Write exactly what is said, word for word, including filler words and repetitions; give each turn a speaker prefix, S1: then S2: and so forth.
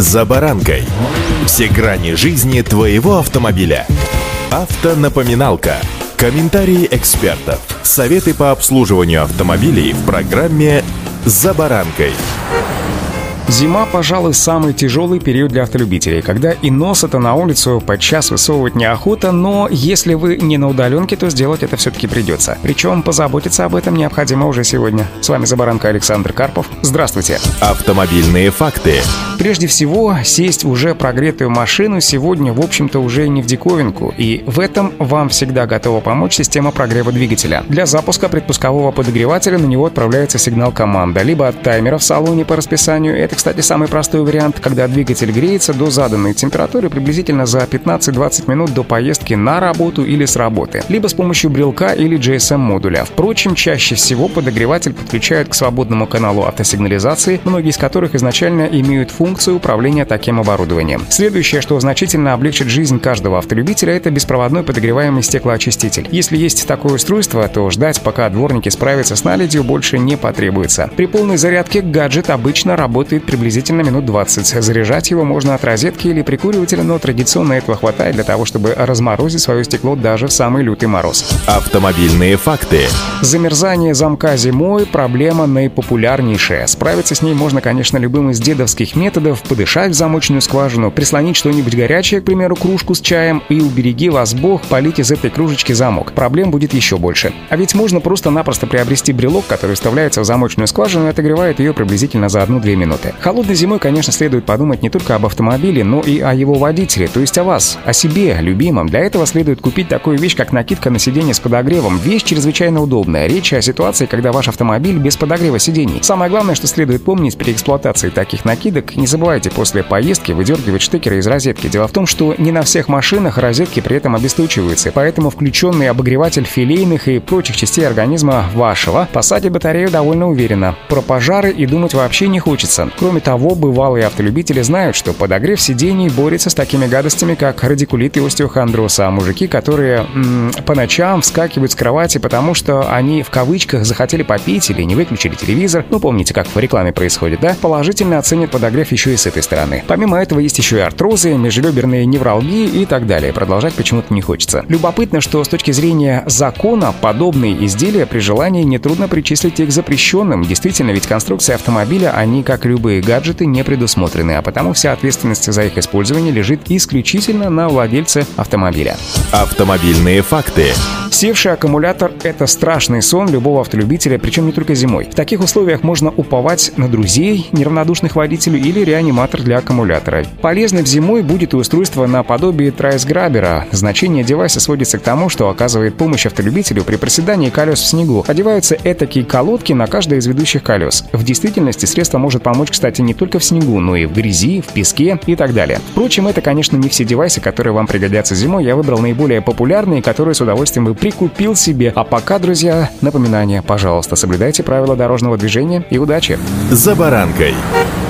S1: «За баранкой». Все грани жизни твоего автомобиля. Автонапоминалка. Комментарии экспертов. Советы по обслуживанию автомобилей в программе «За баранкой».
S2: Зима, пожалуй, самый тяжелый период для автолюбителей, когда и носа-то на улицу подчас высовывать неохота, но если вы не на удаленке, то сделать это все-таки придется. Причем позаботиться об этом необходимо уже сегодня. С вами «За баранкой» Александр Карпов. Здравствуйте.
S1: Автомобильные факты.
S2: Прежде всего, сесть в уже прогретую машину сегодня, в общем-то, уже не в диковинку, и в этом вам всегда готова помочь система прогрева двигателя. Для запуска предпускового подогревателя на него отправляется сигнал команда, либо от таймера в салоне по расписанию. Это, кстати, самый простой вариант, когда двигатель греется до заданной температуры приблизительно за пятнадцать-двадцать минут до поездки на работу или с работы, либо с помощью брелка или джи эс эм-модуля. Впрочем, чаще всего подогреватель подключают к свободному каналу автосигнализации, многие из которых изначально имеют функцию управления таким оборудованием. Следующее, что значительно облегчит жизнь каждого автолюбителя, это беспроводной подогреваемый стеклоочиститель. Если есть такое устройство, то ждать, пока дворники справятся с наледью, больше не потребуется. При полной зарядке гаджет обычно работает приблизительно минут двадцать. Заряжать его можно от розетки или прикуривателя, но традиционно этого хватает для того, чтобы разморозить свое стекло даже в самый лютый мороз.
S1: Автомобильные факты.
S2: Замерзание замка зимой – проблема наипопулярнейшая. Справиться с ней можно, конечно, любым из дедовских методов: подышать в замочную скважину, прислонить что-нибудь горячее, к примеру, кружку с чаем, и убереги вас Бог, полить из этой кружечки замок. Проблем будет еще больше. А ведь можно просто-напросто приобрести брелок, который вставляется в замочную скважину и отогревает ее приблизительно за одну-две минуты. Холодной зимой, конечно, следует подумать не только об автомобиле, но и о его водителе, то есть о вас, о себе, любимом. Для этого следует купить такую вещь, как накидка на сиденье с подогревом. Вещь чрезвычайно удобная. Речь о ситуации, когда ваш автомобиль без подогрева сидений. Самое главное, что следует помнить при эксплуатации таких накидок: не забывайте после поездки выдергивать штекеры из розетки. Дело в том, что не на всех машинах розетки при этом обесточиваются, поэтому включенный обогреватель филейных и прочих частей организма вашего посадит батарею довольно уверенно. Про пожары и думать вообще не хочется. Кроме того, бывалые автолюбители знают, что подогрев сидений борется с такими гадостями, как радикулит и остеохондроз, а мужики, которые м- по ночам вскакивают с кровати, потому что они в кавычках захотели попить или не выключили телевизор, ну помните, как в рекламе происходит, да, положительно оценят подогрев еще и с этой стороны. Помимо этого есть еще и артрозы, межреберные невралгии и так далее. Продолжать почему-то не хочется. Любопытно, что с точки зрения закона подобные изделия при желании нетрудно причислить их к запрещенным. Действительно, ведь конструкция автомобиля, они, как любые гаджеты, не предусмотрены, а потому вся ответственность за их использование лежит исключительно на владельце автомобиля.
S1: Автомобильные факты.
S2: Севший аккумулятор – это страшный сон любого автолюбителя, причем не только зимой. В таких условиях можно уповать на друзей, неравнодушных водителю, или реаниматор для аккумулятора. Полезным зимой будет и устройство наподобие трайс-граббера. Значение девайса сводится к тому, что оказывает помощь автолюбителю при проседании колес в снегу. Одеваются этакие колодки на каждое из ведущих колес. В действительности средство может помочь, кстати, не только в снегу, но и в грязи, в песке и так далее. Впрочем, это, конечно, не все девайсы, которые вам пригодятся зимой. Я выбрал наиболее популярные, которые с удовольствием бы прикупил себе. А пока, друзья, напоминание: пожалуйста, соблюдайте правила дорожного движения и удачи!
S1: «За баранкой».